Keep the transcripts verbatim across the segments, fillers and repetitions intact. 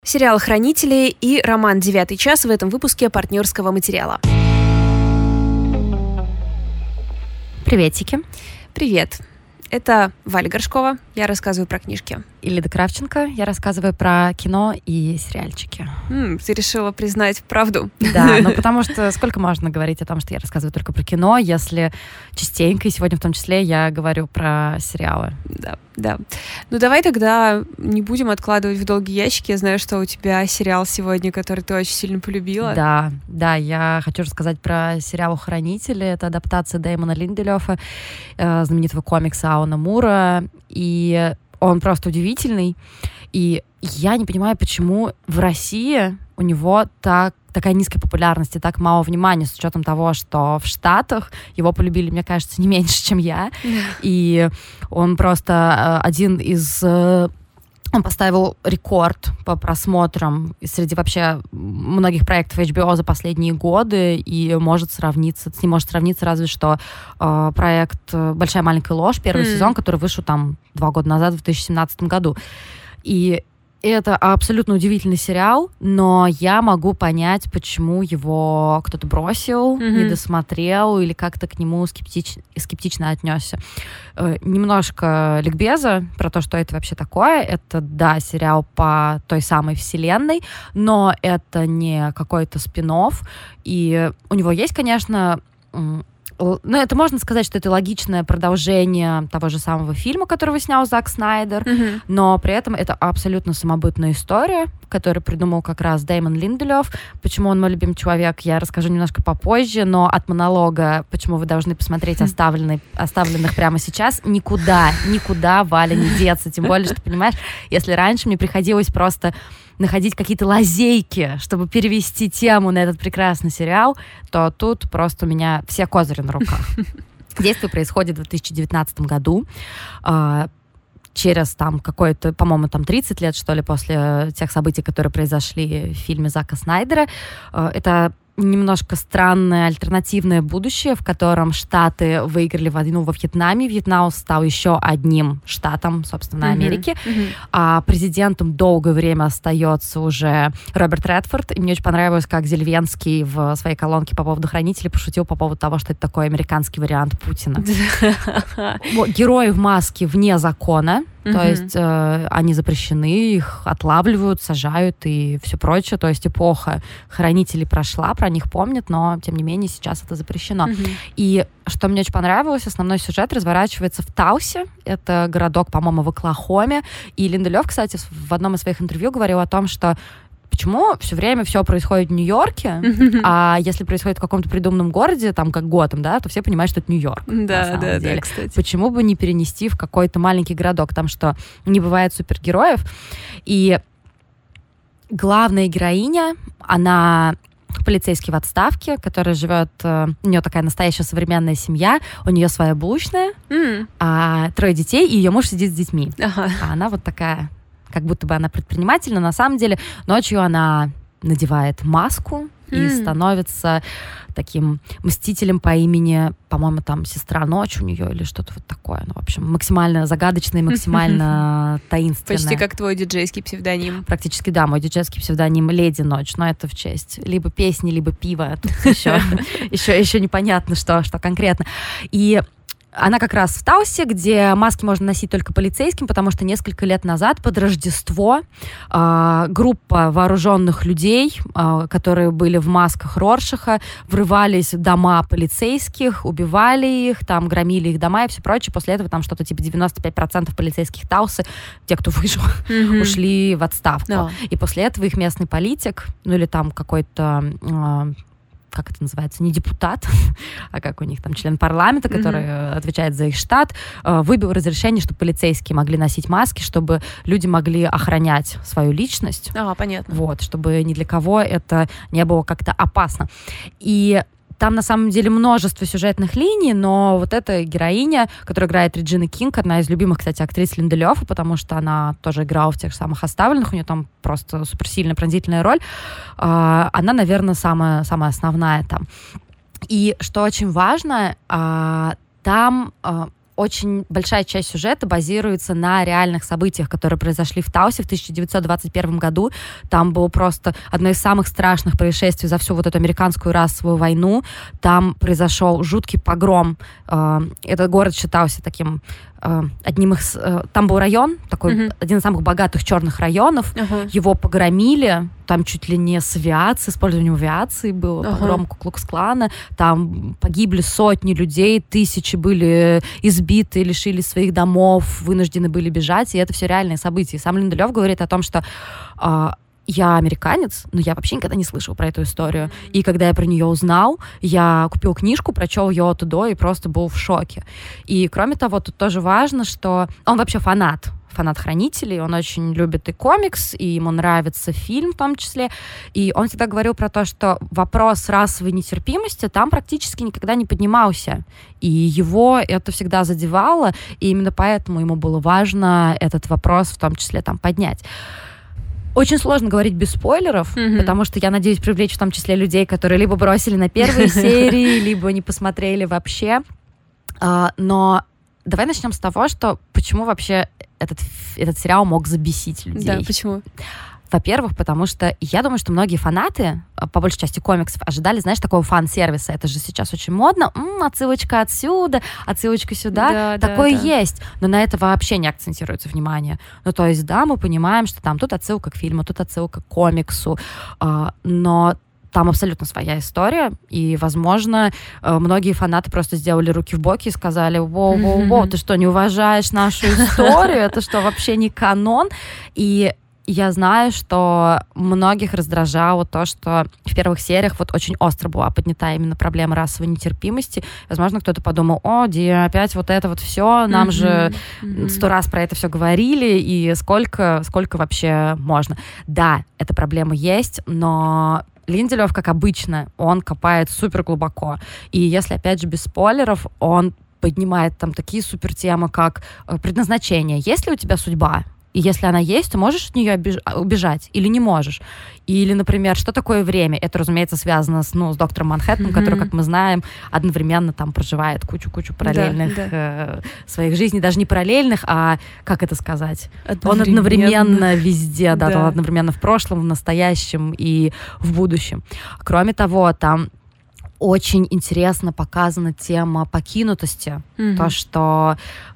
Сериал «Хранители» и роман «Девятый час» в этом выпуске партнерского материала. Приветики. Привет. Это Валя Горшкова. Я рассказываю про книжки. И Лида Кравченко. Я рассказываю про кино и сериальчики. М, ты решила признать правду? Да, ну потому что сколько можно говорить о том, что я рассказываю только про кино, если частенько, и сегодня в том числе, я говорю про сериалы. Да, да. Ну давай тогда не будем откладывать в долгие ящики. Я знаю, что у тебя сериал сегодня, который ты очень сильно полюбила. Да, да, я хочу рассказать про сериал «Хранители». Это адаптация Дэймона Линделёфа, э, знаменитого комикса Алана Мура. И он просто удивительный. И я не понимаю, почему в России у него так, такая низкая популярность и так мало внимания, с учетом того, что в Штатах его полюбили, мне кажется, не меньше, чем я. И он просто один из... Он поставил рекорд по просмотрам среди вообще многих проектов эйч би о за последние годы и может сравниться, с ним может сравниться разве что э, проект «Большая маленькая ложь», первый mm. сезон, который вышел там два года назад, в две тысячи семнадцатом году. И это абсолютно удивительный сериал, но я могу понять, почему его кто-то бросил, mm-hmm. не досмотрел или как-то к нему скептич... скептично отнесся. Э, немножко ликбеза про то, что это вообще такое. Это, да, сериал по той самой вселенной, но это не какой-то спин-офф. И у него есть, конечно... Ну, это можно сказать, что это логичное продолжение того же самого фильма, которого снял Зак Снайдер, mm-hmm. но при этом это абсолютно самобытная история, которую придумал как раз Дэймон Линделёф. Почему он мой любимый человек, я расскажу немножко попозже, но от монолога, почему вы должны посмотреть оставленный, оставленных прямо сейчас, никуда, никуда, Валя, не деться. Тем более, что, понимаешь, если раньше мне приходилось просто находить какие-то лазейки, чтобы перевести тему на этот прекрасный сериал, то тут просто у меня все козыри на руках. Действие происходит в две тысячи девятнадцатом году, через там какое-то, по-моему, там тридцать лет, что ли, после тех событий, которые произошли в фильме Зака Снайдера. Это немножко странное альтернативное будущее, в котором Штаты выиграли войну во Вьетнаме. Вьетнам стал еще одним штатом, собственно, mm-hmm. Америки. Mm-hmm. А президентом долгое время остается уже Роберт Редфорд. И мне очень понравилось, как Зеленский в своей колонке по поводу «Хранителей» пошутил по поводу того, что это такой американский вариант Путина. Герои в маске вне закона. Mm-hmm. То есть э, они запрещены, их отлавливают, сажают и все прочее. То есть эпоха хранителей прошла, про них помнят, но, тем не менее, сейчас это запрещено. Mm-hmm. И что мне очень понравилось, основной сюжет разворачивается в Талсе. Это городок, по-моему, в Оклахоме. И Линделёф, кстати, в одном из своих интервью говорил о том, что почему все время все происходит в Нью-Йорке, mm-hmm. а если происходит в каком-то придуманном городе, там, как Готэм, да, то все понимают, что это Нью-Йорк. Да, да, деле. да, кстати. Почему бы не перенести в какой-то маленький городок, там что не бывает супергероев. И главная героиня, она полицейский в отставке, которая живет, у нее такая настоящая современная семья, у нее своя булочная, mm. а трое детей, и ее муж сидит с детьми. Ага. А она вот такая... как будто бы она предприниматель, но на самом деле ночью она надевает маску mm. и становится таким мстителем по имени, по-моему, там «Сестра ночь» у нее или что-то вот такое. Ну, в общем, максимально загадочное, максимально таинственное. Почти как твой диджейский псевдоним. Практически, да, мой диджейский псевдоним «Леди Ночь», но это в честь либо песни, либо пива. Тут еще, еще, еще непонятно, что, что конкретно. И она как раз в Талсе, где маски можно носить только полицейским, потому что несколько лет назад под Рождество э, группа вооруженных людей, э, которые были в масках Роршаха, врывались в дома полицейских, убивали их, там громили их дома и все прочее. После этого там что-то типа девяносто пять процентов полицейских Талсы, те, кто выжил, mm-hmm. ушли в отставку. No. И после этого их местный политик, ну или там какой-то... Э, как это называется, не депутат, а как у них там член парламента, который mm-hmm. отвечает за их штат, выбил разрешение, чтобы полицейские могли носить маски, чтобы люди могли охранять свою личность. А, понятно. Вот, чтобы ни для кого это не было как-то опасно. И там, на самом деле, множество сюжетных линий, но вот эта героиня, которая играет Реджина Кинг, одна из любимых, кстати, актрис Линделёфа, потому что она тоже играла в тех самых «Оставленных», у нее там просто суперсильная, пронзительная роль, она, наверное, самая, самая основная там. И что очень важно, там очень большая часть сюжета базируется на реальных событиях, которые произошли в Таусе в тысяча девятьсот двадцать первом году. Там было просто одно из самых страшных происшествий за всю вот эту американскую расовую войну. Там произошел жуткий погром. Этот город считался таким одним из... Там был район, такой, uh-huh. один из самых богатых черных районов. Uh-huh. Его погромили. Там чуть ли не с авиацией, с использованием авиации был uh-huh. погром Ку-клукс-клана. Там погибли сотни людей, тысячи были избиты, лишились своих домов, вынуждены были бежать. И это все реальные события. И сам Линделёв говорит о том, что я американец, но я вообще никогда не слышал про эту историю. И когда я про нее узнал, я купил книжку, прочел ее от и до и просто был в шоке. И кроме того, тут тоже важно, что он вообще фанат. фанат «Хранителей», он очень любит и комикс, и ему нравится фильм в том числе, и он всегда говорил про то, что вопрос расовой нетерпимости там практически никогда не поднимался, и его это всегда задевало, и именно поэтому ему было важно этот вопрос в том числе там поднять. Очень сложно говорить без спойлеров, mm-hmm. потому что я надеюсь привлечь в том числе людей, которые либо бросили на первые серии, либо не посмотрели вообще. Но давай начнем с того, что почему вообще этот, этот сериал мог забесить людей. Да, почему? Во-первых, потому что я думаю, что многие фанаты, по большей части комиксов, ожидали, знаешь, такого фан-сервиса. Это же сейчас очень модно. М-м, отсылочка отсюда, отсылочка сюда. Да, Такое да, да. есть. Но на это вообще не акцентируется внимание. Ну, то есть, да, мы понимаем, что там тут отсылка к фильму, тут отсылка к комиксу. Но там абсолютно своя история, и, возможно, многие фанаты просто сделали руки в боки и сказали: воу-воу-воу, ты что, не уважаешь нашу историю? Это что, вообще не канон? И я знаю, что многих раздражало то, что в первых сериях вот очень остро была поднята именно проблема расовой нетерпимости. Возможно, кто-то подумал: о, Ди, опять вот это вот все, нам mm-hmm. же mm-hmm. сто раз про это все говорили, и сколько, сколько вообще можно. Да, эта проблема есть, но Линделёв, как обычно, он копает супер глубоко. И если, опять же, без спойлеров, он поднимает там такие супер темы, как предназначение. Есть ли у тебя судьба? И если она есть, то можешь от нее убежать или не можешь? Или, например, что такое время? Это, разумеется, связано с, ну, с доктором Манхэттеном, mm-hmm. который, как мы знаем, одновременно там проживает кучу-кучу параллельных да, да. Э, своих жизней. Даже не параллельных, а, как это сказать? Он одновременно везде, да, да. Он одновременно в прошлом, в настоящем и в будущем. Кроме того, там очень интересно показана тема покинутости. Mm-hmm. То, что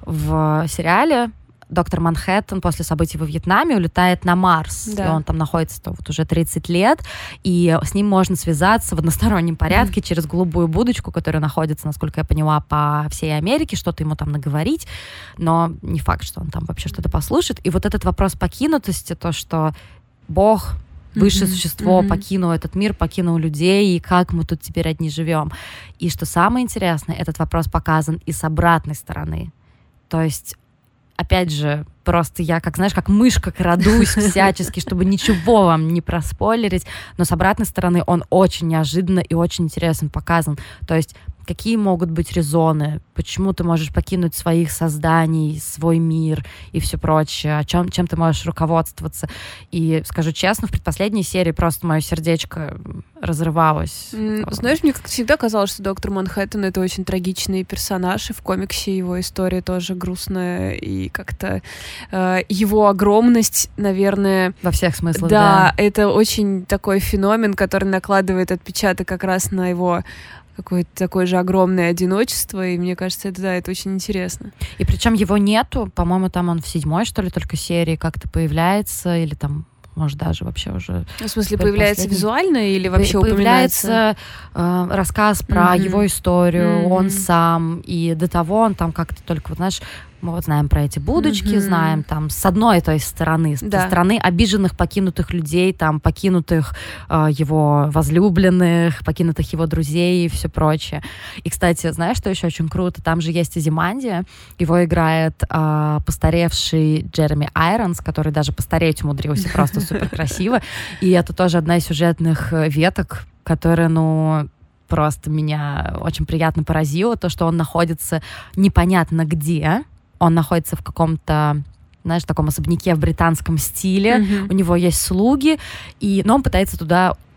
в сериале доктор Манхэттен после событий во Вьетнаме улетает на Марс. Да. И он там находится вот уже тридцать лет, и с ним можно связаться в одностороннем порядке mm-hmm. через голубую будочку, которая находится, насколько я поняла, по всей Америке, что-то ему там наговорить, но не факт, что он там вообще что-то послушает. И вот этот вопрос покинутости, то, что Бог, высшее mm-hmm. существо mm-hmm. покинул этот мир, покинул людей, и как мы тут теперь одни живем. И что самое интересное, этот вопрос показан и с обратной стороны. То есть опять же, просто я, как, знаешь, как мышка крадусь всячески, чтобы ничего вам не проспойлерить, но с обратной стороны он очень неожиданно и очень интересно показан. То есть какие могут быть резоны, почему ты можешь покинуть своих созданий, свой мир и все прочее, о чем, чем ты можешь руководствоваться. И скажу честно, в предпоследней серии просто мое сердечко разрывалось. Знаешь, мне как всегда казалось, что доктор Манхэттен — это очень трагичный персонаж, и в комиксе его история тоже грустная, и как-то э, его огромность, наверное... Во всех смыслах, да. Да, это очень такой феномен, который накладывает отпечаток как раз на его какое-то такое же огромное одиночество, и мне кажется, это, да, это очень интересно. И причем его нету, по-моему, там он в седьмой, что ли, только серии как-то появляется, или там, может, даже вообще уже... В смысле, появляется последний... визуально или вообще появляется упоминается? Э, рассказ про mm-hmm. его историю, mm-hmm. он сам, и до того он там как-то только, вот знаешь, мы вот знаем про эти будочки, mm-hmm. знаем там с одной той стороны, с да. стороны обиженных, покинутых людей, там покинутых э, его возлюбленных, покинутых его друзей и все прочее. И, кстати, знаешь, что еще очень круто? Там же есть Азимандия, его играет э, постаревший Джереми Айронс, который даже постареть умудрился просто супер красиво. И это тоже одна из сюжетных веток, которая, ну... просто меня очень приятно поразило, то, что он находится непонятно где. Он находится в каком-то, знаешь, таком особняке в британском стиле. Mm-hmm. У него есть слуги, и, но он пытается туда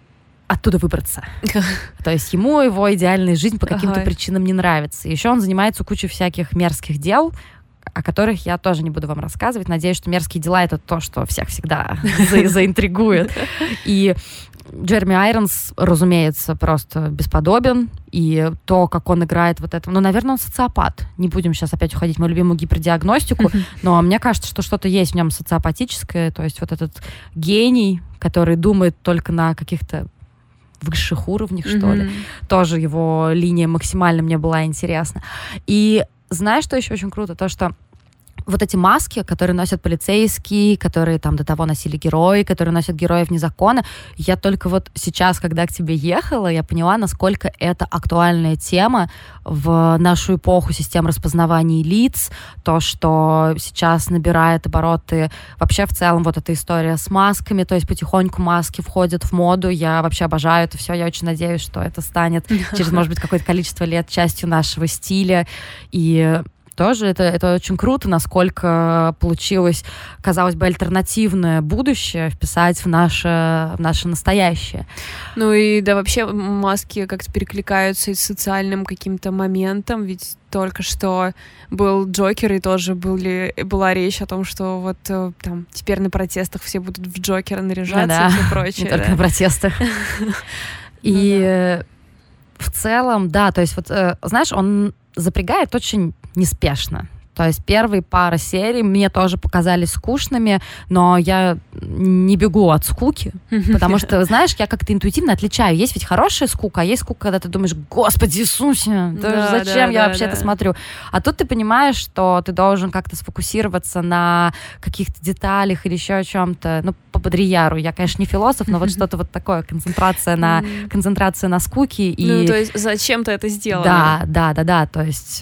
оттуда выбраться. То есть ему его идеальная жизнь по каким-то Ага. причинам не нравится. Еще он занимается кучей всяких мерзких дел, о которых я тоже не буду вам рассказывать. Надеюсь, что мерзкие дела — это то, что всех всегда за- заинтригует. И Джереми Айронс, разумеется, просто бесподобен. И то, как он играет вот это... Ну, наверное, он социопат. Не будем сейчас опять уходить в мою любимую гипердиагностику, но мне кажется, что что-то есть в нем социопатическое. То есть вот этот гений, который думает только на каких-то высших уровнях, что ли. Тоже его линия максимально мне была интересна. И знаешь, что еще очень круто? То, что вот эти маски, которые носят полицейские, которые там до того носили герои, которые носят героев вне закона, я только вот сейчас, когда к тебе ехала, я поняла, насколько это актуальная тема в нашу эпоху систем распознавания лиц, то, что сейчас набирает обороты вообще в целом вот эта история с масками, то есть потихоньку маски входят в моду, я вообще обожаю это все, я очень надеюсь, что это станет через, может быть, какое-то количество лет частью нашего стиля, и тоже это, это очень круто, насколько получилось, казалось бы, альтернативное будущее вписать в наше, в наше настоящее. Ну и да, вообще маски как-то перекликаются и с социальным каким-то моментом, ведь только что был Джокер, и тоже были, была речь о том, что вот там теперь на протестах все будут в Джокера наряжаться, да, и все прочее. Не только да. на протестах. И в целом, да, то есть вот, знаешь, он запрягает очень неспешно. То есть первые пара серий мне тоже показались скучными, но я не бегу от скуки, потому что, знаешь, я как-то интуитивно отличаю. Есть ведь хорошая скука, а есть скука, когда ты думаешь: Господи Иисусе, да, да, зачем да, я да, вообще да. это смотрю? А тут ты понимаешь, что ты должен как-то сфокусироваться на каких-то деталях или еще о чем-то. Ну, по Бодрияру. Я, конечно, не философ, но вот что-то вот такое, концентрация на, концентрация на скуке. И... Ну, то есть зачем ты это сделала? Да, да, да, да, то есть...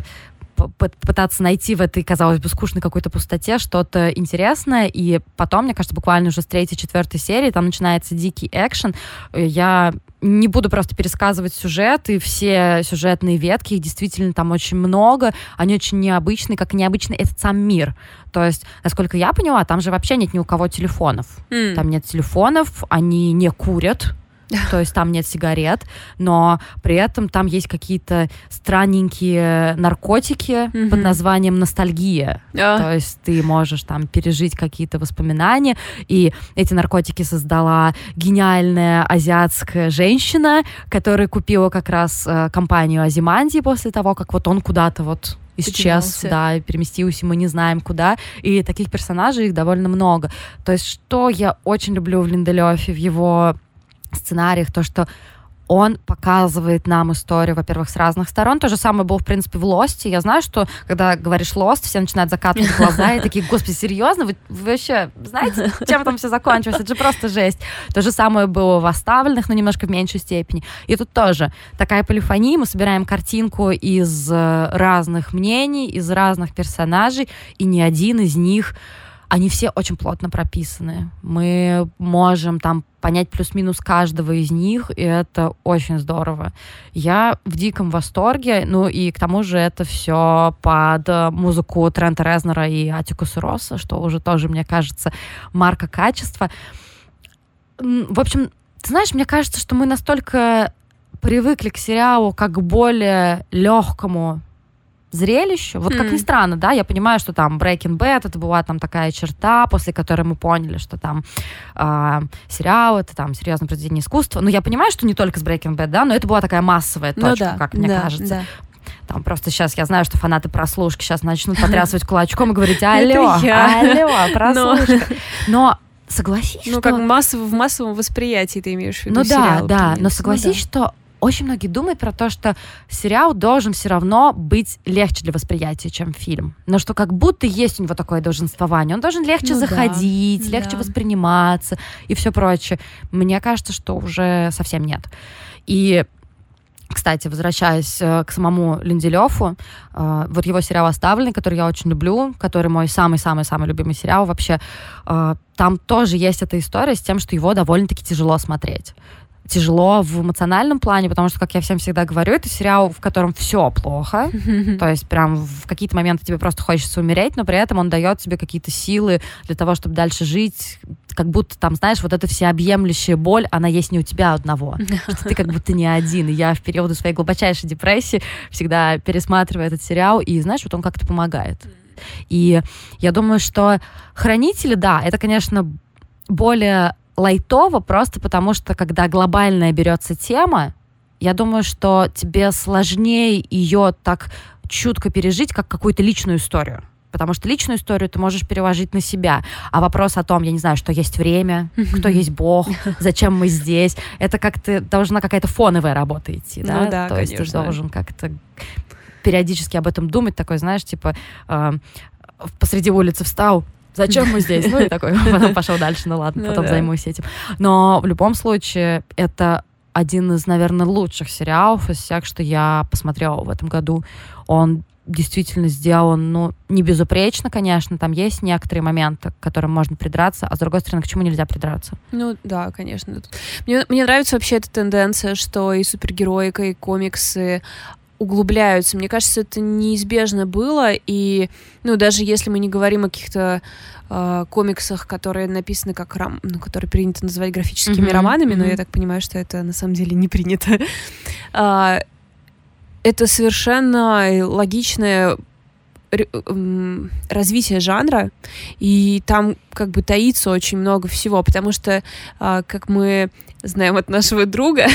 пытаться найти в этой, казалось бы, скучной какой-то пустоте что-то интересное, и потом, мне кажется, буквально уже с третьей, четвертой серии там начинается дикий экшен. Я не буду просто пересказывать сюжет, и все сюжетные ветки, их действительно там очень много, они очень необычные, как необычный этот сам мир. То есть, насколько я поняла, там же вообще нет ни у кого телефонов. Mm. Там нет телефонов, они не курят, то есть там нет сигарет, но при этом там есть какие-то странненькие наркотики mm-hmm. под названием ностальгия. Oh. То есть ты можешь там пережить какие-то воспоминания, и эти наркотики создала гениальная азиатская женщина, которая купила как раз э, компанию Азиманди после того, как вот он куда-то вот исчез, да, переместился, мы не знаем куда, и таких персонажей их довольно много. То есть что я очень люблю в Линделёфе, в его сценариях, то, что он показывает нам историю, во-первых, с разных сторон. То же самое было, в принципе, в «Лосте». Я знаю, что, когда говоришь «Лост», все начинают закатывать глаза и такие: Господи, серьезно? Вы, вы вообще знаете, чем там все закончилось? Это же просто жесть. То же самое было в «Оставленных», но немножко в меньшей степени. И тут тоже такая полифония. Мы собираем картинку из разных мнений, из разных персонажей, и ни один из них... Они все очень плотно прописаны. Мы можем там понять плюс-минус каждого из них, и это очень здорово. Я в диком восторге, ну и к тому же это все под музыку Трента Резнора и Атикуса Росса, что уже тоже, мне кажется, марка качества. В общем, ты знаешь, мне кажется, что мы настолько привыкли к сериалу как к более легкому зрелищу. Вот как ни странно, да, я понимаю, что там Breaking Bad, это была там такая черта, после которой мы поняли, что там э, сериал, это там серьезное произведение искусства. Но я понимаю, что не только с Breaking Bad, да, но это была такая массовая точка, ну, да, как мне да, кажется. Да. Там просто сейчас я знаю, что фанаты прослушки сейчас начнут потрясывать кулачком и говорить: алло, алло, прослушка. Но согласись, ну, что... как массово, в массовом восприятии ты имеешь в виду ну, сериал. Да, да, но согласись, ну, да. что очень многие думают про то, что сериал должен все равно быть легче для восприятия, чем фильм. Но что как будто есть у него такое долженствование. Он должен легче ну, заходить, да, легче да. восприниматься и все прочее. Мне кажется, что уже совсем нет. И, кстати, возвращаясь к самому Линделёфу, вот его сериал «Оставленный», который я очень люблю, который мой самый-самый-самый любимый сериал вообще, там тоже есть эта история с тем, что его довольно-таки тяжело смотреть. тяжело в эмоциональном плане, потому что, как я всем всегда говорю, это сериал, в котором все плохо, то есть прям в какие-то моменты тебе просто хочется умереть, но при этом он дает тебе какие-то силы для того, чтобы дальше жить, как будто там, знаешь, вот эта всеобъемлющая боль, она есть не у тебя одного, что ты как будто не один. И я в периоды своей глубочайшей депрессии всегда пересматриваю этот сериал, и, знаешь, вот он как-то помогает. И я думаю, что «Хранители», да, это, конечно, более лайтово, просто потому что, когда глобальная берется тема, я думаю, что тебе сложнее ее так чутко пережить, как какую-то личную историю. Потому что личную историю ты можешь переложить на себя. А вопрос о том, я не знаю, что есть время, кто есть Бог, зачем мы здесь, это как-то должна какая-то фоновая работа идти, да? Ну да, То есть ты должен как-то периодически об этом думать, такой, знаешь, типа э, посреди улицы встал, зачем мы здесь? Ну и такой, потом пошел дальше, ну ладно, потом займусь этим. Но в любом случае это один из, наверное, лучших сериалов из всех, что я посмотрела в этом году. Он действительно сделан, ну, не безупречно, конечно, там есть некоторые моменты, к которым можно придраться, а с другой стороны, к чему нельзя придраться. Ну, да, конечно. Мне, мне нравится вообще эта тенденция, что и супергероика, и комиксы углубляются. Мне кажется, это неизбежно было, и, ну, даже если мы не говорим о каких-то э, комиксах, которые написаны как рам... ну, которые принято называть графическими mm-hmm. романами, mm-hmm. но я так понимаю, что это на самом деле не принято. э, это совершенно логичное развитие жанра, и там как бы таится очень много всего, потому что, э, как мы знаем от нашего друга,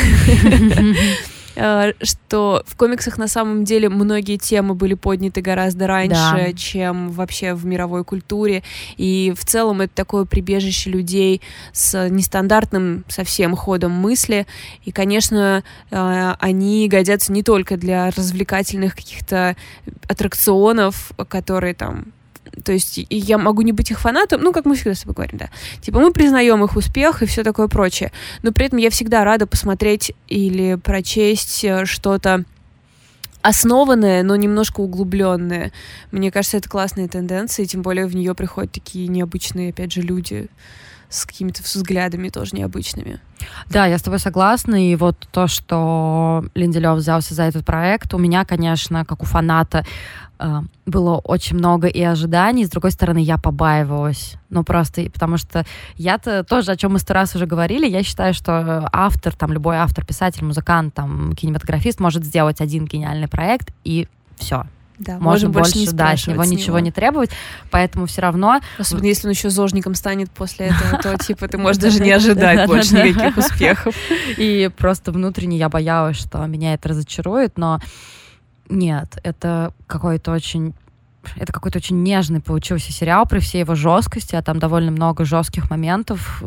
что в комиксах на самом деле многие темы были подняты гораздо раньше, да. чем вообще в мировой культуре. И в целом это такое прибежище людей с нестандартным совсем ходом мысли. И, конечно, они годятся не только для развлекательных каких-то аттракционов, которые там... То есть я могу не быть их фанатом, ну, как мы всегда с тобой говорим, да. Типа мы признаем их успех и все такое прочее. Но при этом я всегда рада посмотреть или прочесть что-то основанное, но немножко углубленное. Мне кажется, это классная тенденция, и тем более в нее приходят такие необычные, опять же, люди с какими-то взглядами тоже необычными. Да, я с тобой согласна, и вот то, что Линделёв взялся за этот проект, у меня, конечно, как у фаната, было очень много и ожиданий, с другой стороны, я побаивалась. Ну, просто потому что я-то тоже, о чем мы сто раз уже говорили, я считаю, что автор, там, любой автор, писатель, музыкант, там, кинематографист может сделать один гениальный проект, и все. Да, можно больше, больше не да, с него ничего не требовать, поэтому все равно... Особенно если он еще зожником станет после этого, то, типа, ты можешь даже не ожидать больше никаких успехов. И просто внутренне я боялась, что меня это разочарует, но нет, это какой-то очень... Это какой-то очень нежный получился сериал при всей его жесткости, а там довольно много жестких моментов.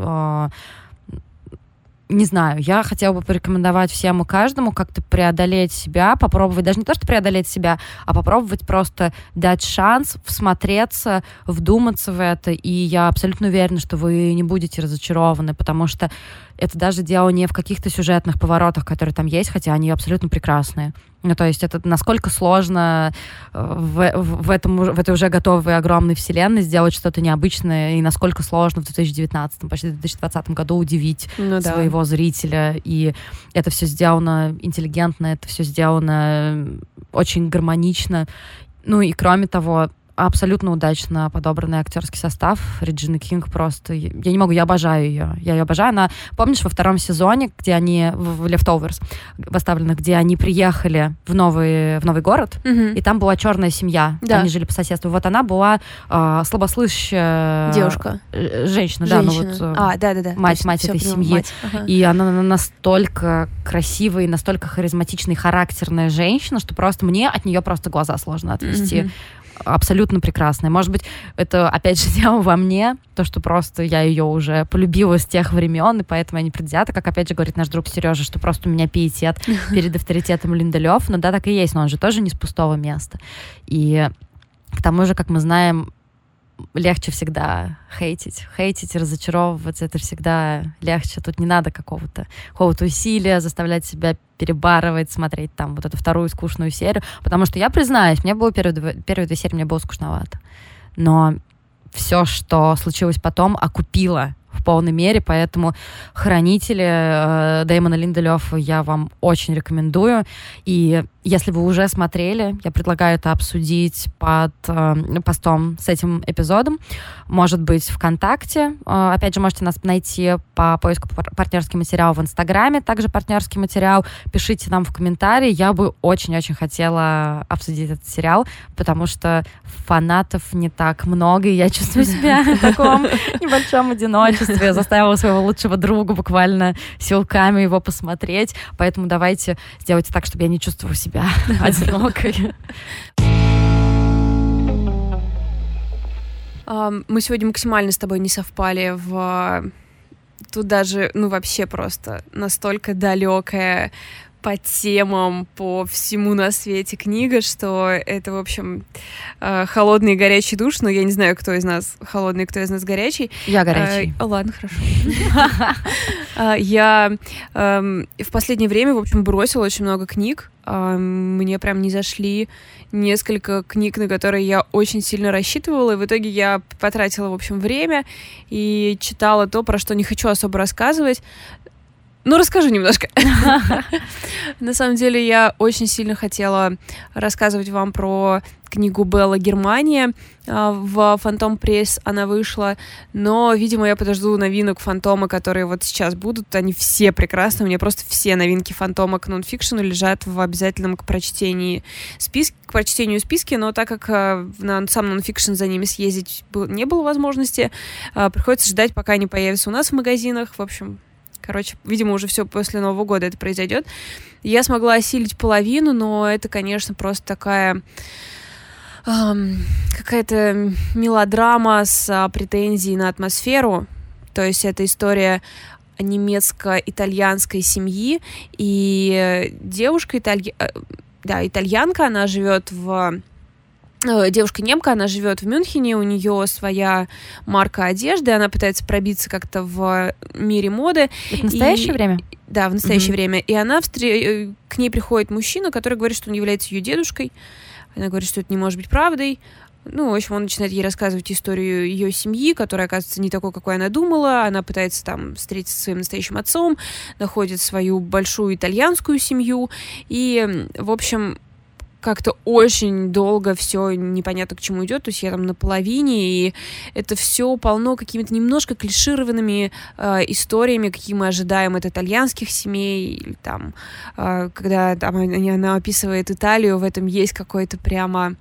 Не знаю, я хотела бы порекомендовать всем и каждому как-то преодолеть себя, попробовать, даже не то, что преодолеть себя, а попробовать просто дать шанс, всмотреться, вдуматься в это, и я абсолютно уверена, что вы не будете разочарованы, потому что это даже дело не в каких-то сюжетных поворотах, которые там есть, хотя они абсолютно прекрасные. Ну, то есть это насколько сложно в, в, этом, в этой уже готовой огромной вселенной сделать что-то необычное, и насколько сложно в две тысячи девятнадцатом, почти две тысячи двадцатом году удивить ну, своего да. зрителя. И это все сделано интеллигентно, это все сделано очень гармонично. Ну и кроме того, абсолютно удачно подобранный актерский состав. Реджина Кинг просто... Я не могу, я обожаю ее. Я ее обожаю. Она, помнишь, во втором сезоне, где они... В Leftovers, в оставленных, где они приехали в новый, в новый город, mm-hmm. и там была черная семья. Да. Они жили по соседству. Вот она была э, слабослышащая... Девушка. Женщина, Женщина. да. Ну, вот, а, да-да-да. Мать, мать этой понимаю. семьи. Мать. Ага. И она настолько красивая, настолько харизматичная, характерная женщина, что просто мне от нее просто глаза сложно отвести. Mm-hmm. Абсолютно прекрасная. Может быть, это, опять же, дело во мне, то, что просто я ее уже полюбила с тех времен, и поэтому я не предвзята, как, опять же, говорит наш друг Сережа, что просто у меня пиетет перед авторитетом Линделёв. Но да, так и есть, но он же тоже не с пустого места. И к тому же, как мы знаем, легче всегда хейтить. Хейтить, разочаровываться, это всегда легче. Тут не надо какого-то, какого-то усилия заставлять себя перебарывать, смотреть там вот эту вторую скучную серию. Потому что я признаюсь, мне было первые, первые две серии мне было скучновато. Но все, что случилось потом, окупило в полной мере, поэтому «Хранители» э, Дэймона Линделёфа я вам очень рекомендую. И если вы уже смотрели, я предлагаю это обсудить под э, постом с этим эпизодом. Может быть, ВКонтакте. Э, опять же, можете нас найти по поиску «Партнерский материал» в Инстаграме, также «Партнерский материал». Пишите нам в комментарии. Я бы очень-очень хотела обсудить этот сериал, потому что фанатов не так много, и я чувствую себя в таком небольшом одиночестве. Я заставила своего лучшего друга буквально силками его посмотреть. Поэтому давайте сделайте так, чтобы я не чувствовала себя одинокой. Мы сегодня максимально с тобой не совпали в... Тут даже, ну, вообще просто настолько далекая по темам, по всему на свете книга, что это, в общем, холодный и горячий душ, но я не знаю, кто из нас холодный, кто из нас горячий. Я горячий. А, ладно, хорошо. Я в последнее время, в общем, бросила очень много книг. Мне прям не зашли несколько книг, на которые я очень сильно рассчитывала, и в итоге я потратила, в общем, время и читала то, про что не хочу особо рассказывать. Ну, расскажу немножко. На самом деле, я очень сильно хотела рассказывать вам про книгу Белла «Германия». В Фантом Пресс она вышла, но, видимо, я подожду новинок Фантома, которые вот сейчас будут. Они все прекрасны. У меня просто все новинки Фантома к нонфикшену лежат в обязательном к прочтении списке, к прочтению списке, но так как на сам нонфикшен за ними съездить не было возможности, приходится ждать, пока они появятся у нас в магазинах. В общем... Короче, видимо, уже все после Нового года это произойдет. Я смогла осилить половину, но это, конечно, просто такая эм, какая-то мелодрама с а, претензией на атмосферу. То есть это история немецко-итальянской семьи, и девушка, италья... да, итальянка, она живет в... Девушка-немка, она живет в Мюнхене, у нее своя марка одежды, она пытается пробиться как-то в мире моды. Это в настоящее и... время? Да, в настоящее Mm-hmm. время. И она встр... к ней приходит мужчина, который говорит, что он является ее дедушкой. Она говорит, что это не может быть правдой. Ну, в общем, он начинает ей рассказывать историю ее семьи, которая, оказывается, не такой, какой она думала. Она пытается там встретиться со своим настоящим отцом, находит свою большую итальянскую семью. И, в общем... как-то очень долго все непонятно к чему идет, то есть я там на половине, и это все полно какими-то немножко клишированными э, историями, какие мы ожидаем от итальянских семей, или там, э, когда там, она описывает Италию, в этом есть какой-то прямо,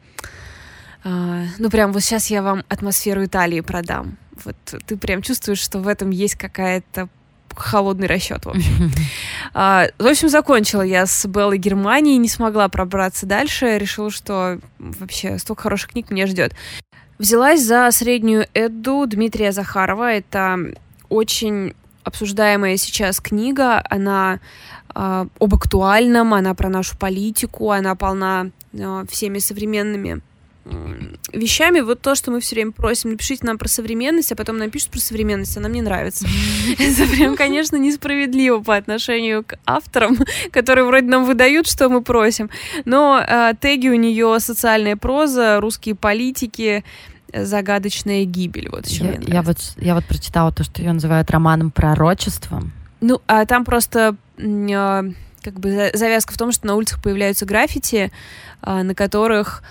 э, ну прям вот сейчас я вам атмосферу Италии продам, вот ты прям чувствуешь, что в этом есть какая-то холодный расчет, в общем. а, в общем, закончила я с Беллой Германией, не смогла пробраться дальше, решила, что вообще столько хороших книг меня ждет. Взялась за среднюю Эдду Дмитрия Захарова. Это очень обсуждаемая сейчас книга. Она а, об актуальном, она про нашу политику, она полна а, всеми современными вещами. Вот то, что мы все время просим, напишите нам про современность, а потом напишут про современность, она мне нравится. Это прям, конечно, несправедливо по отношению к авторам, которые вроде нам выдают, что мы просим. Но э, теги у нее социальная проза, русские политики, загадочная гибель. Вот еще я, я, вот, я вот прочитала то, что ее называют романом пророчеством. Ну, а там просто э, как бы завязка в том, что на улицах появляются граффити, э, на которых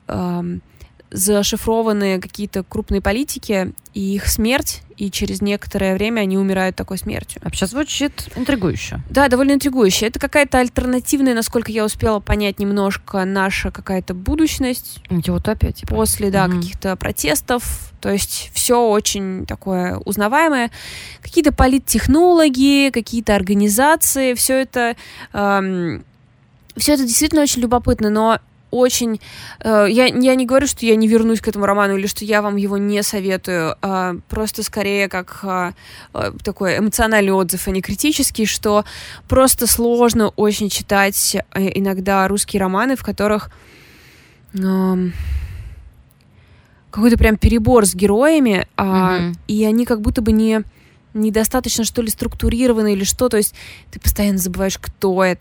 зашифрованы какие-то крупные политики и их смерть, и через некоторое время они умирают такой смертью. Вообще звучит интригующе. Да, довольно интригующе. Это какая-то альтернативная, насколько я успела понять немножко, наша какая-то будущность. Антиутопия, типа. После, да, mm-hmm. каких-то протестов. То есть все очень такое узнаваемое. Какие-то политтехнологи, какие-то организации. Все это, эм, все это действительно очень любопытно, но очень... Э, я, я не говорю, что я не вернусь к этому роману или что я вам его не советую. Э, просто скорее как э, э, такой эмоциональный отзыв, а не критический, что просто сложно очень читать э, иногда русские романы, в которых э, какой-то прям перебор с героями, э, mm-hmm. и они как будто бы не... недостаточно, что ли, структурированы или что. То есть ты постоянно забываешь, кто это.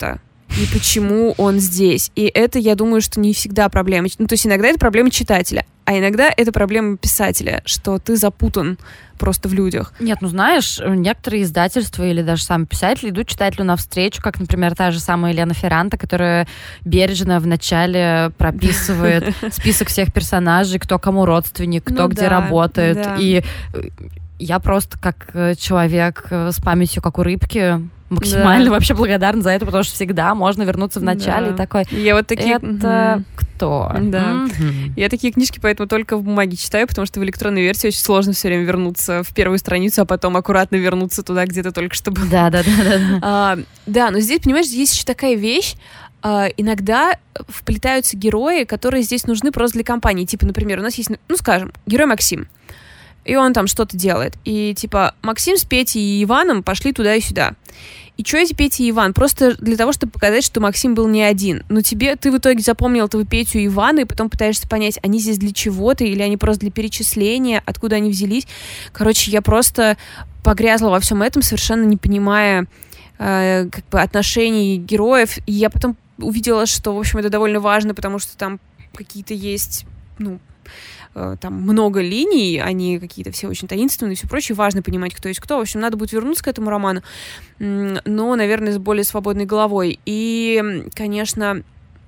и почему он здесь. И это, я думаю, что не всегда проблема. Ну, то есть иногда это проблема читателя, а иногда это проблема писателя, что ты запутан просто в людях. Нет, ну знаешь, некоторые издательства или даже сами писатели идут читателю навстречу, как, например, та же самая Елена Ферранта, которая бережно в начале прописывает список всех персонажей, кто кому родственник, кто где работает. И я просто как человек с памятью, как у рыбки, максимально да. вообще благодарна за это, потому что всегда можно вернуться в начале да. и такой, я вот такие... это mm-hmm. кто? Да. Mm-hmm. Я такие книжки поэтому только в бумаге читаю, потому что в электронной версии очень сложно все время вернуться в первую страницу, а потом аккуратно вернуться туда, где ты только что был. Да-да-да. а, да, но здесь, понимаешь, есть еще такая вещь, а, иногда вплетаются герои, которые здесь нужны просто для компании. Типа, например, у нас есть, ну, скажем, герой Максим, и он там что-то делает. И типа Максим с Петей и Иваном пошли туда и сюда. И что эти Петя и Иван? Просто для того, чтобы показать, что Максим был не один. Но тебе, ты в итоге запомнил этого Петю и Ивана, и потом пытаешься понять, они здесь для чего-то, или они просто для перечисления, откуда они взялись. Короче, я просто погрязла во всем этом, совершенно не понимая э, как бы отношений героев. И я потом увидела, что, в общем, это довольно важно, потому что там какие-то есть, ну, там много линий, они какие-то все очень таинственные и все прочее, важно понимать, кто есть кто. В общем, надо будет вернуться к этому роману, но, наверное, с более свободной головой. И, конечно,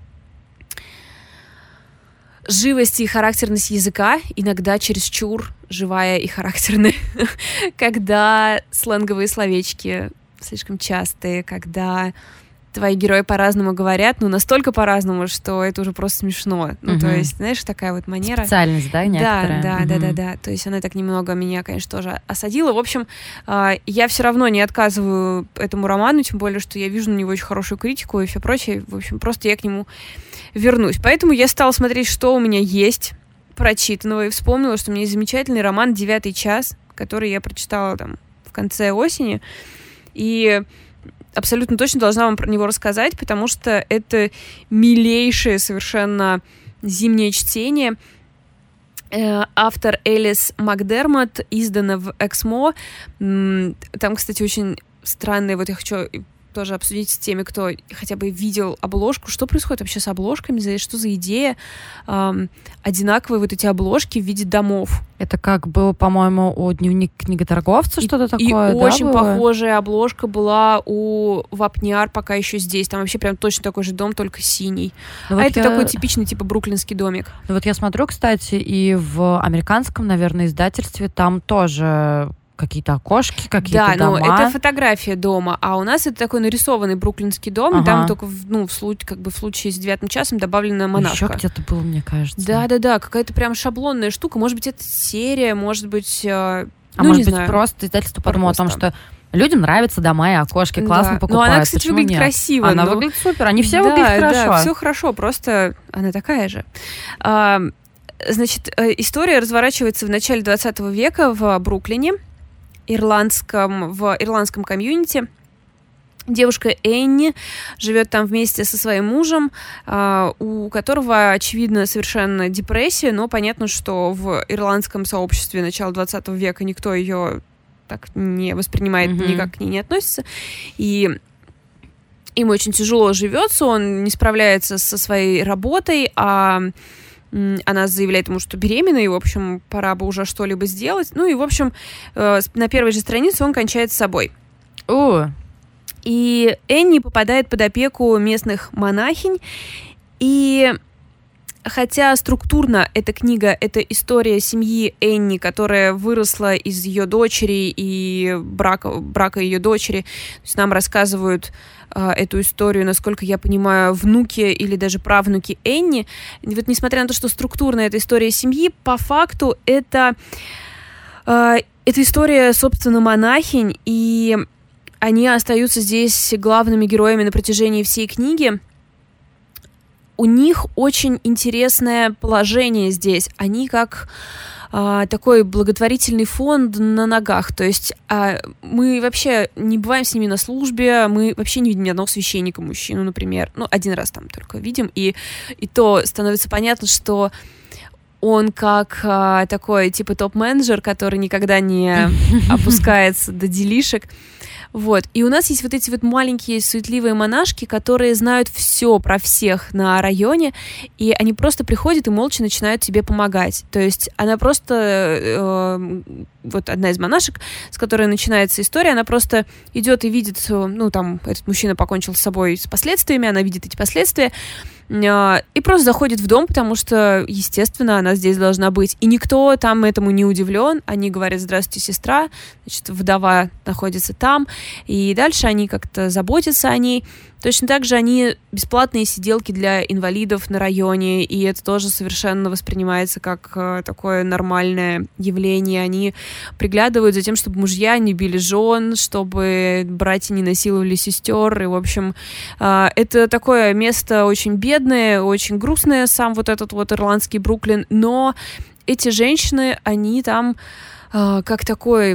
живость и характерность языка иногда чересчур живая и характерная, когда сленговые словечки слишком частые, когда твои герои по-разному говорят, ну, настолько по-разному, что это уже просто смешно. Ну, угу. то есть, знаешь, такая вот манера. Специальность, да, некоторая? Да, да, угу. да, да, да. То есть она так немного меня, конечно, тоже осадила. В общем, я все равно не отказываю этому роману, тем более, что я вижу на него очень хорошую критику и все прочее. В общем, просто я к нему вернусь. Поэтому я стала смотреть, что у меня есть прочитанного, и вспомнила, что у меня есть замечательный роман «Девятый час», который я прочитала там в конце осени. И абсолютно точно должна вам про него рассказать, потому что это милейшее совершенно зимнее чтение. Автор Элис Макдермот, издано в Эксмо. Там, кстати, очень странные, вот я хочу тоже обсудить с теми, кто хотя бы видел обложку. Что происходит вообще с обложками? Что за идея? Эм, одинаковые вот эти обложки в виде домов. Это как было, по-моему, у «Дневник книготорговца» и, что-то такое, и да, очень было? Похожая обложка была у Вапняр, пока еще здесь. Там вообще прям точно такой же дом, только синий. Ну, а вот это я... такой типичный, типа, бруклинский домик. Ну вот я смотрю, кстати, и в американском, наверное, издательстве там тоже какие-то окошки, какие-то да, дома. Да, ну это фотография дома, а у нас это такой нарисованный бруклинский дом, ага. и там только в, ну, в, случае, как бы в случае с девятым часом добавлена монашка. Еще где-то было, мне кажется. Да-да-да, какая-то прям шаблонная штука. Может быть, это серия, может быть... Э, а ну, может не быть, знаю. Просто издательство подумало о том, что людям нравятся дома и окошки, классно да. покупают. Но она, кстати, Почему выглядит нет? красиво. Она но... выглядит супер, они все да, выглядят хорошо. Да, все хорошо, просто она такая же. А, значит, история разворачивается в начале двадцатого века в Бруклине, ирландском, в ирландском комьюнити. Девушка Энни живет там вместе со своим мужем, э, у которого, очевидно, совершенно депрессия, но понятно, что в ирландском сообществе начала двадцатого века никто ее так не воспринимает, mm-hmm. никак к ней не относится. И им очень тяжело живется, он не справляется со своей работой, а она заявляет ему, что беременна, и, в общем, пора бы уже что-либо сделать. Ну и, в общем, э, на первой же странице он кончает с собой. О. И Энни попадает под опеку местных монахинь. И хотя структурно эта книга — это история семьи Энни, которая выросла из ее дочери и брака, брака ее дочери, то есть нам рассказывают эту историю, насколько я понимаю, внуки или даже правнуки Энни. И вот несмотря на то, что структурно это история семьи, по факту это, э, это история, собственно, монахинь, и они остаются здесь главными героями на протяжении всей книги. У них очень интересное положение здесь. Они как а, такой благотворительный фонд на ногах. То есть а, мы вообще не бываем с ними на службе, мы вообще не видим ни одного священника мужчину, например. Ну, один раз там только видим. И, и то становится понятно, что он как а, такой типа топ-менеджер, который никогда не опускается до делишек. Вот. И у нас есть вот эти вот маленькие суетливые монашки, которые знают все про всех на районе, и они просто приходят и молча начинают тебе помогать. То есть она просто... Э, вот одна из монашек, с которой начинается история, она просто идет и видит, ну, там, этот мужчина покончил с собой с последствиями, она видит эти последствия, и просто заходит в дом, потому что, естественно, она здесь должна быть. И никто там этому не удивлен. Они говорят: здравствуйте, сестра. Значит, вдова находится там. И дальше они как-то заботятся о ней. Точно так же они бесплатные сиделки для инвалидов на районе, и это тоже совершенно воспринимается как э, такое нормальное явление. Они приглядывают за тем, чтобы мужья не били жен, чтобы братья не насиловали сестер. И, в общем, э, это такое место очень бедное, очень грустное, сам вот этот вот ирландский Бруклин, но эти женщины, они там э, как такой...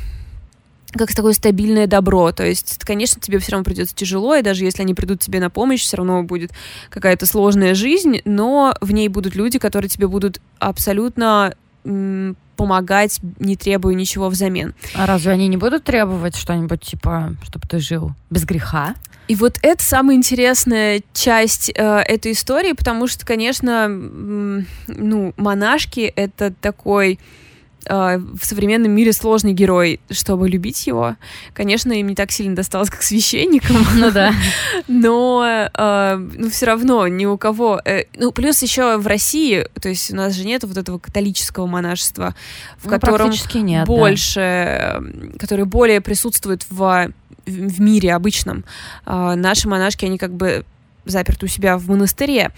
как такое стабильное добро. То есть, конечно, тебе все равно придется тяжело, и даже если они придут тебе на помощь, все равно будет какая-то сложная жизнь, но в ней будут люди, которые тебе будут абсолютно м- помогать, не требуя ничего взамен. А разве они не будут требовать что-нибудь, типа, чтобы ты жил без греха? И вот это самая интересная часть э, этой истории, потому что, конечно, м- ну, монашки — это такой... в современном мире сложный герой, чтобы любить его. Конечно, им не так сильно досталось, как священникам. Ну да. Но э, ну, все равно ни у кого... Э, ну, плюс еще в России, то есть у нас же нет вот этого католического монашества, в ну, котором нет, больше... Да. Которое более присутствует в, в мире обычном. Э, наши монашки, они как бы заперты у себя в монастыре.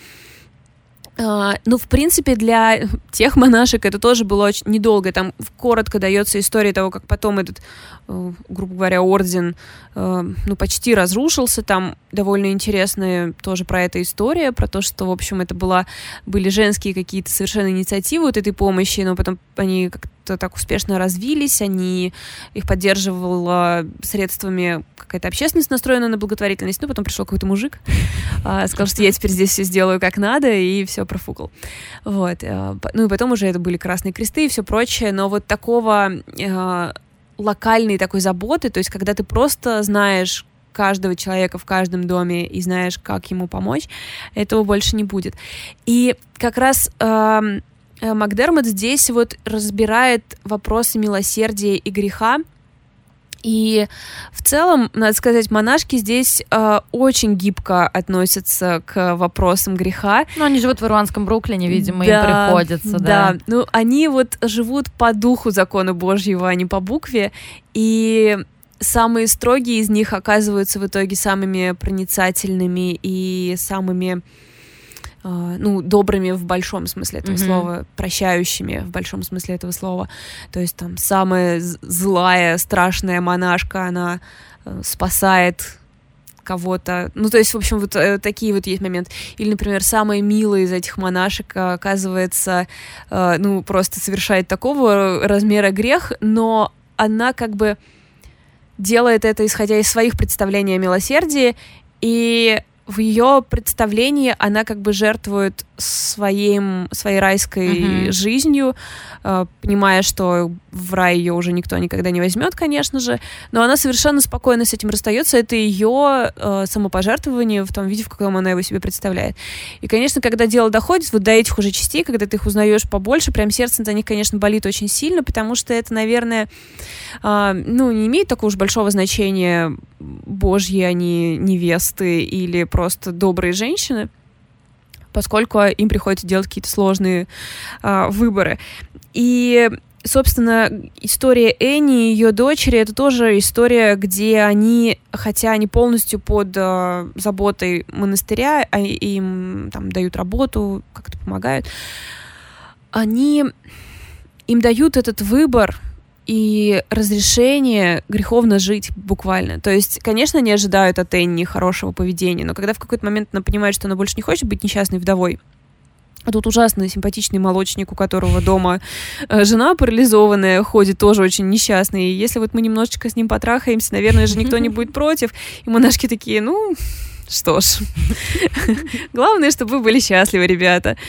Uh, ну, в принципе, для тех монашек это тоже было очень недолго. Там коротко дается история того, как потом этот, uh, грубо говоря, орден uh, ну, почти разрушился. Там довольно интересная тоже про это история, про то, что, в общем, это была, были женские какие-то совершенно инициативы вот этой помощи, но потом они как-то так успешно развились, они их поддерживала средствами какая-то общественность, настроенная на благотворительность. Ну, потом пришел какой-то мужик, uh, сказал, что я теперь здесь все сделаю как надо, и все профукал. Вот. Ну и потом уже это были красные кресты и все прочее, но вот такого э, локальной такой заботы, то есть когда ты просто знаешь каждого человека в каждом доме и знаешь, как ему помочь, этого больше не будет. И как раз э, Макдермот здесь вот разбирает вопросы милосердия и греха. И в целом, надо сказать, монашки здесь э, очень гибко относятся к вопросам греха. Ну, они живут в ирландском Бруклине, видимо, да, им приходится, да. Да, ну, они вот живут по духу закона Божьего, а не по букве, и самые строгие из них оказываются в итоге самыми проницательными и самыми... ну, добрыми в большом смысле этого mm-hmm. слова, прощающими в большом смысле этого слова. То есть там самая злая, страшная монашка, она э, спасает кого-то. Ну, то есть, в общем, вот э, такие вот есть моменты. Или, например, самая милая из этих монашек, оказывается, э, ну, просто совершает такого размера грех, но она как бы делает это, исходя из своих представлений о милосердии, и в ее представлении она как бы жертвует своим, своей райской uh-huh. жизнью, э, понимая, что в рай ее уже никто никогда не возьмет, конечно же, но она совершенно спокойно с этим расстается. Это ее э, самопожертвование в том виде, в каком она его себе представляет. И, конечно, когда дело доходит вот до этих уже частей, когда ты их узнаешь побольше, прям сердце за них, конечно, болит очень сильно, потому что это, наверное, э, ну, не имеет такого уж большого значения, божьи они невесты или просто добрые женщины, поскольку им приходится делать какие-то сложные э, выборы. И, собственно, история Энни и ее дочери — это тоже история, где они, хотя они полностью под э, заботой монастыря, а им там дают работу, как-то помогают, они им дают этот выбор и разрешение греховно жить буквально. То есть, конечно, они ожидают от Энни хорошего поведения, но когда в какой-то момент она понимает, что она больше не хочет быть несчастной вдовой, а тут ужасный симпатичный молочник, у которого дома жена парализованная, ходит тоже очень несчастный, и если вот мы немножечко с ним потрахаемся, наверное же никто не будет против, и монашки такие, ну, что ж, главное, чтобы вы были счастливы, ребята.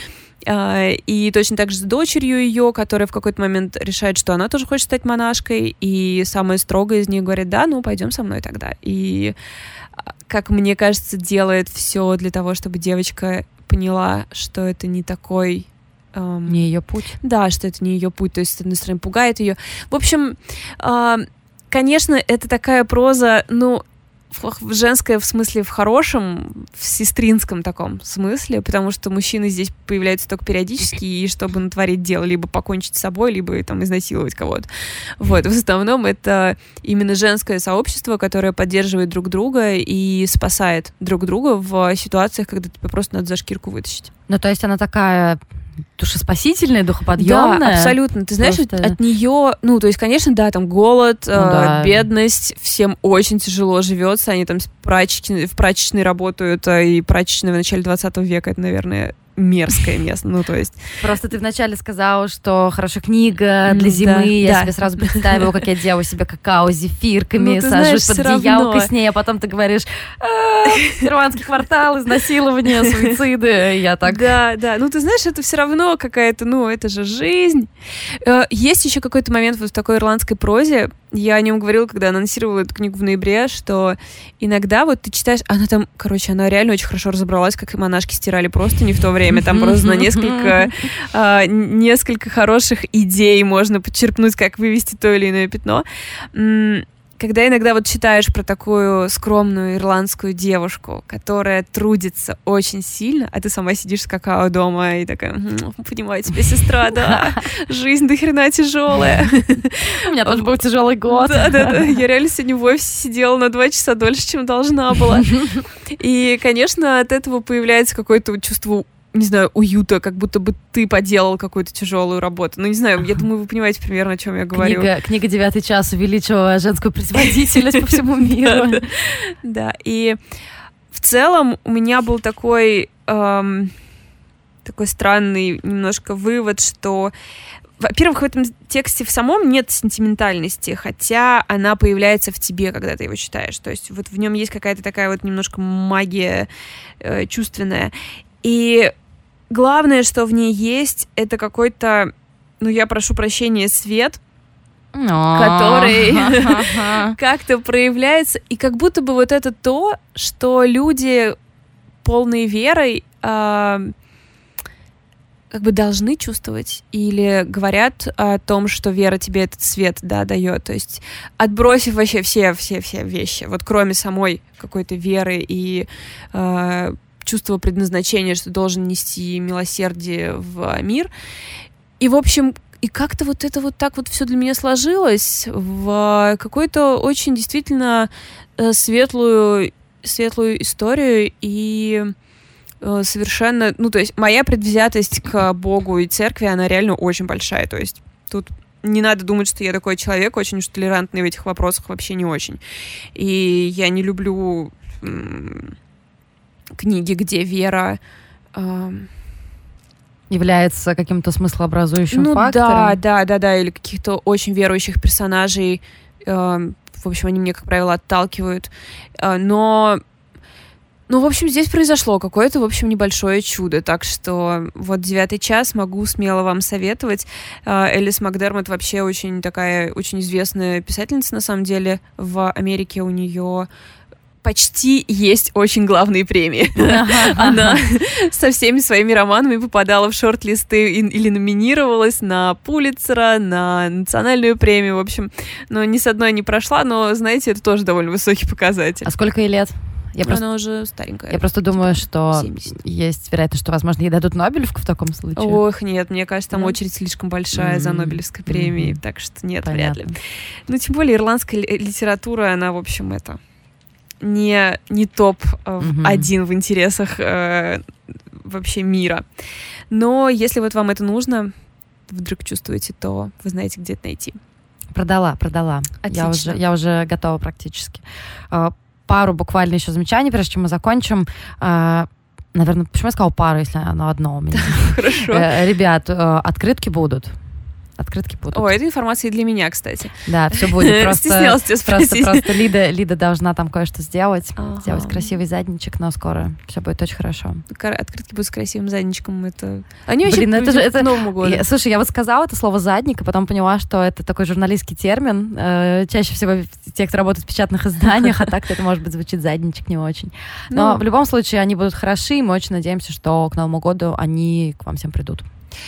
И точно так же с дочерью ее, которая в какой-то момент решает, что она тоже хочет стать монашкой, и самая строгая из них говорит: да, ну, пойдем со мной тогда. И, как мне кажется, делает все для того, чтобы девочка поняла, что это не такой... Эм, не ее путь. Да, что это не ее путь, то есть, с одной стороны, пугает ее. В общем, э, конечно, это такая проза, ну, в женская в смысле в хорошем, в сестринском таком смысле, потому что мужчины здесь появляются только периодически, и чтобы натворить дело, либо покончить с собой, либо там изнасиловать кого-то. Вот, в основном это именно женское сообщество, которое поддерживает друг друга и спасает друг друга в ситуациях, когда тебе просто надо за шкирку вытащить. Ну, то есть она такая... душеспасительная, духоподъемная. Да, абсолютно. Ты знаешь, Просто... от нее, ну, то есть, конечно, да, там голод, ну, э, да. бедность, всем очень тяжело живется, они там прачечной, в прачечной работают, и прачечная в начале двадцатого века, это, наверное, мерзкое место, ну, то есть... Просто ты вначале сказала, что хорошая книга для зимы, да, я да. себе сразу представила, как я делаю себе какао с зефирками, ну, сажусь под одеялко с ней, а потом ты говоришь: ирландский квартал, изнасилование, суициды, я так... Да, да, ну, ты знаешь, это все равно какая-то, ну, это же жизнь. Есть еще какой-то момент вот в такой ирландской прозе, я о нем говорила, когда анонсировала эту книгу в ноябре, что иногда вот ты читаешь, она там, короче, она реально очень хорошо разобралась, как монашки стирали простыни в то время, там просто на несколько, а, несколько хороших идей можно подчерпнуть, как вывести то или иное пятно. Когда иногда вот читаешь про такую скромную ирландскую девушку, которая трудится очень сильно, а ты сама сидишь с какао дома и такая: понимаю тебя, сестра, да, жизнь до хрена тяжелая. У меня тоже был тяжелый год. Да-да-да, я реально сегодня в офисе сидела на два часа дольше, чем должна была. И, конечно, от этого появляется какое-то чувство, не знаю, уюта, как будто бы ты поделал какую-то тяжелую работу. Ну, не знаю, я думаю, вы понимаете примерно, о чем я говорю. Книга, книга «Девятый час» увеличила женскую производительность по всему миру. Да, и в целом у меня был такой такой странный немножко вывод, что, во-первых, в этом тексте в самом нет сентиментальности, хотя она появляется в тебе, когда ты его читаешь. То есть вот в нем есть какая-то такая вот немножко магия э, чувственная. И главное, что в ней есть, это какой-то, ну, я прошу прощения, свет, который как-то проявляется. И как будто бы вот это то, что люди, полные верой, как бы должны чувствовать или говорят о том, что вера тебе этот свет, да, дает. То есть отбросив вообще все-все-все вещи, вот кроме самой какой-то веры и э, чувства предназначения, что должен нести милосердие в мир. И, в общем, и как-то вот это вот так вот все для меня сложилось в какую-то очень действительно светлую, светлую историю и совершенно, ну, то есть моя предвзятость к Богу и церкви, она реально очень большая, то есть тут не надо думать, что я такой человек, очень уж толерантный в этих вопросах, вообще не очень. И я не люблю м- книги, где вера э- является каким-то смыслообразующим ну, фактором. Да, да, да, да, или каких-то очень верующих персонажей, э- в общем, они меня, как правило, отталкивают, э- но Ну, в общем, здесь произошло какое-то, в общем, небольшое чудо, так что вот «Девятый час» могу смело вам советовать. Элис Макдермот вообще очень такая, очень известная писательница, на самом деле. В Америке у нее почти есть очень главные премии. Она со всеми своими романами попадала в шорт-листы или номинировалась на Пулитцера, на национальную премию, в общем. Но ни с одной не прошла, но, знаете, это тоже довольно высокий показатель. А сколько ей лет? Я просто, Она уже старенькая. Я просто думаю, что семьдесят есть вероятность, что, возможно, ей дадут Нобелевку в таком случае. Ох, нет, мне кажется, там mm. очередь слишком большая mm-hmm. за Нобелевской премией, mm-hmm. так что нет, Понятно. Вряд ли. Ну, тем более, ирландская литература, она, в общем, это не, не топ mm-hmm. один в интересах э, вообще мира. Но если вот вам это нужно, вдруг чувствуете, то вы знаете, где это найти. Продала, продала. Я уже, я уже готова практически. Пару буквально еще замечаний, прежде чем мы закончим. А, наверное, почему я сказала пару, если оно одно у меня? Хорошо. Ребят, открытки будут. Открытки будут. О, эта информация и для меня, кстати. Да, все будет. Просто, Стеснялась тебя спросить. Просто, просто Лида, Лида должна там кое-что сделать. Ага. Сделать красивый задничек, но скоро все будет очень хорошо. Открытки будут с красивым задничком. Это... Они Блин, вообще это же это... к Новому году. Я, слушай, я вот сказала это слово «задник», а потом поняла, что это такой журналистский термин. Э, чаще всего те, кто работает в печатных изданиях, а так это, может быть, звучит «задничек» не очень. Но ну, в любом случае они будут хороши, и мы очень надеемся, что к Новому году они к вам всем придут.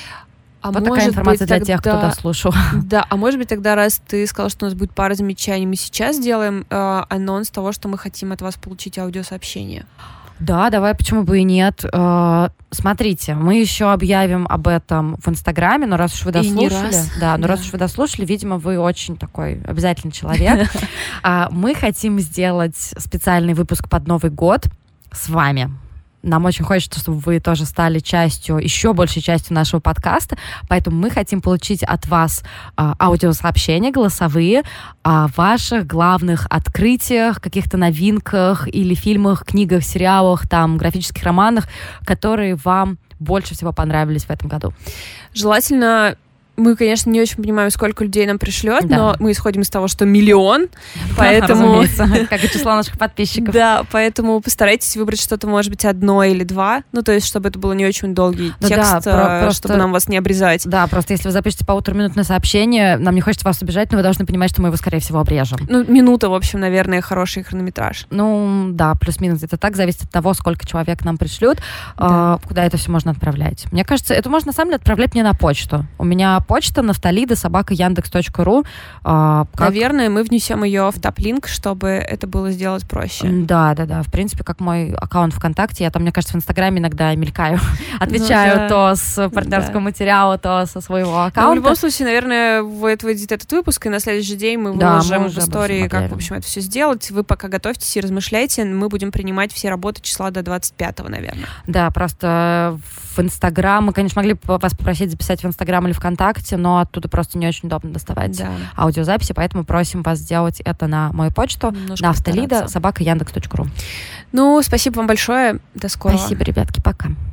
А вот такая информация быть, для тогда... тех, кто дослушал. Да, а может быть тогда, раз ты сказал, что у нас будет пара замечаний, мы сейчас сделаем э, анонс того, что мы хотим от вас получить аудиосообщение. Да, давай, почему бы и нет. Э, смотрите, мы еще объявим об этом в Инстаграме, но раз уж вы дослушали, да, но да. раз уж вы дослушали, видимо, вы очень такой обязательный человек. Мы хотим сделать специальный выпуск под Новый год с вами. Нам очень хочется, чтобы вы тоже стали частью, еще большей частью нашего подкаста, поэтому мы хотим получить от вас а, аудиосообщения голосовые о ваших главных открытиях, каких-то новинках или фильмах, книгах, сериалах, там, графических романах, которые вам больше всего понравились в этом году. Желательно... Мы, конечно, не очень понимаем, сколько людей нам пришлет, да. но мы исходим из того, что миллион, поэтому... Как и число наших подписчиков. Да, поэтому постарайтесь выбрать что-то, может быть, одно или два, ну, то есть, чтобы это было не очень долгий да, текст, да, просто... чтобы нам вас не обрезать. Да, просто если вы запишете полутораминутное сообщение, нам не хочется вас обижать, но вы должны понимать, что мы его, скорее всего, обрежем. Ну, минута, в общем, наверное, хороший хронометраж. Ну, да, плюс-минус. Это так зависит от того, сколько человек нам пришлют, да. э, куда это все можно отправлять. Мне кажется, это можно, на самом деле, отправлять мне на почту. У меня почта нафталида собака яндекс точка ру. А, как... Наверное, мы внесем ее в топ-линк, чтобы это было сделать проще. Да, да, да. В принципе, как мой аккаунт ВКонтакте, я там, мне кажется, в Инстаграме иногда мелькаю. Отвечаю ну, да. то с партнерского да. материала, то со своего аккаунта. Но в любом случае, наверное, вот выйдет этот выпуск, и на следующий день мы да, выложим мы в истории, как, в общем, это все сделать. Вы пока готовьтесь и размышляйте. Мы будем принимать все работы числа до двадцать пятого, наверное. Да, просто в Инстаграм. Мы, конечно, могли вас попросить записать в Инстаграм или ВКонтакте, но оттуда просто не очень удобно доставать да. аудиозаписи, поэтому просим вас сделать это на мою почту нафталида собака яндекс точка ру. Ну, спасибо вам большое. До скорого. Спасибо, ребятки. Пока.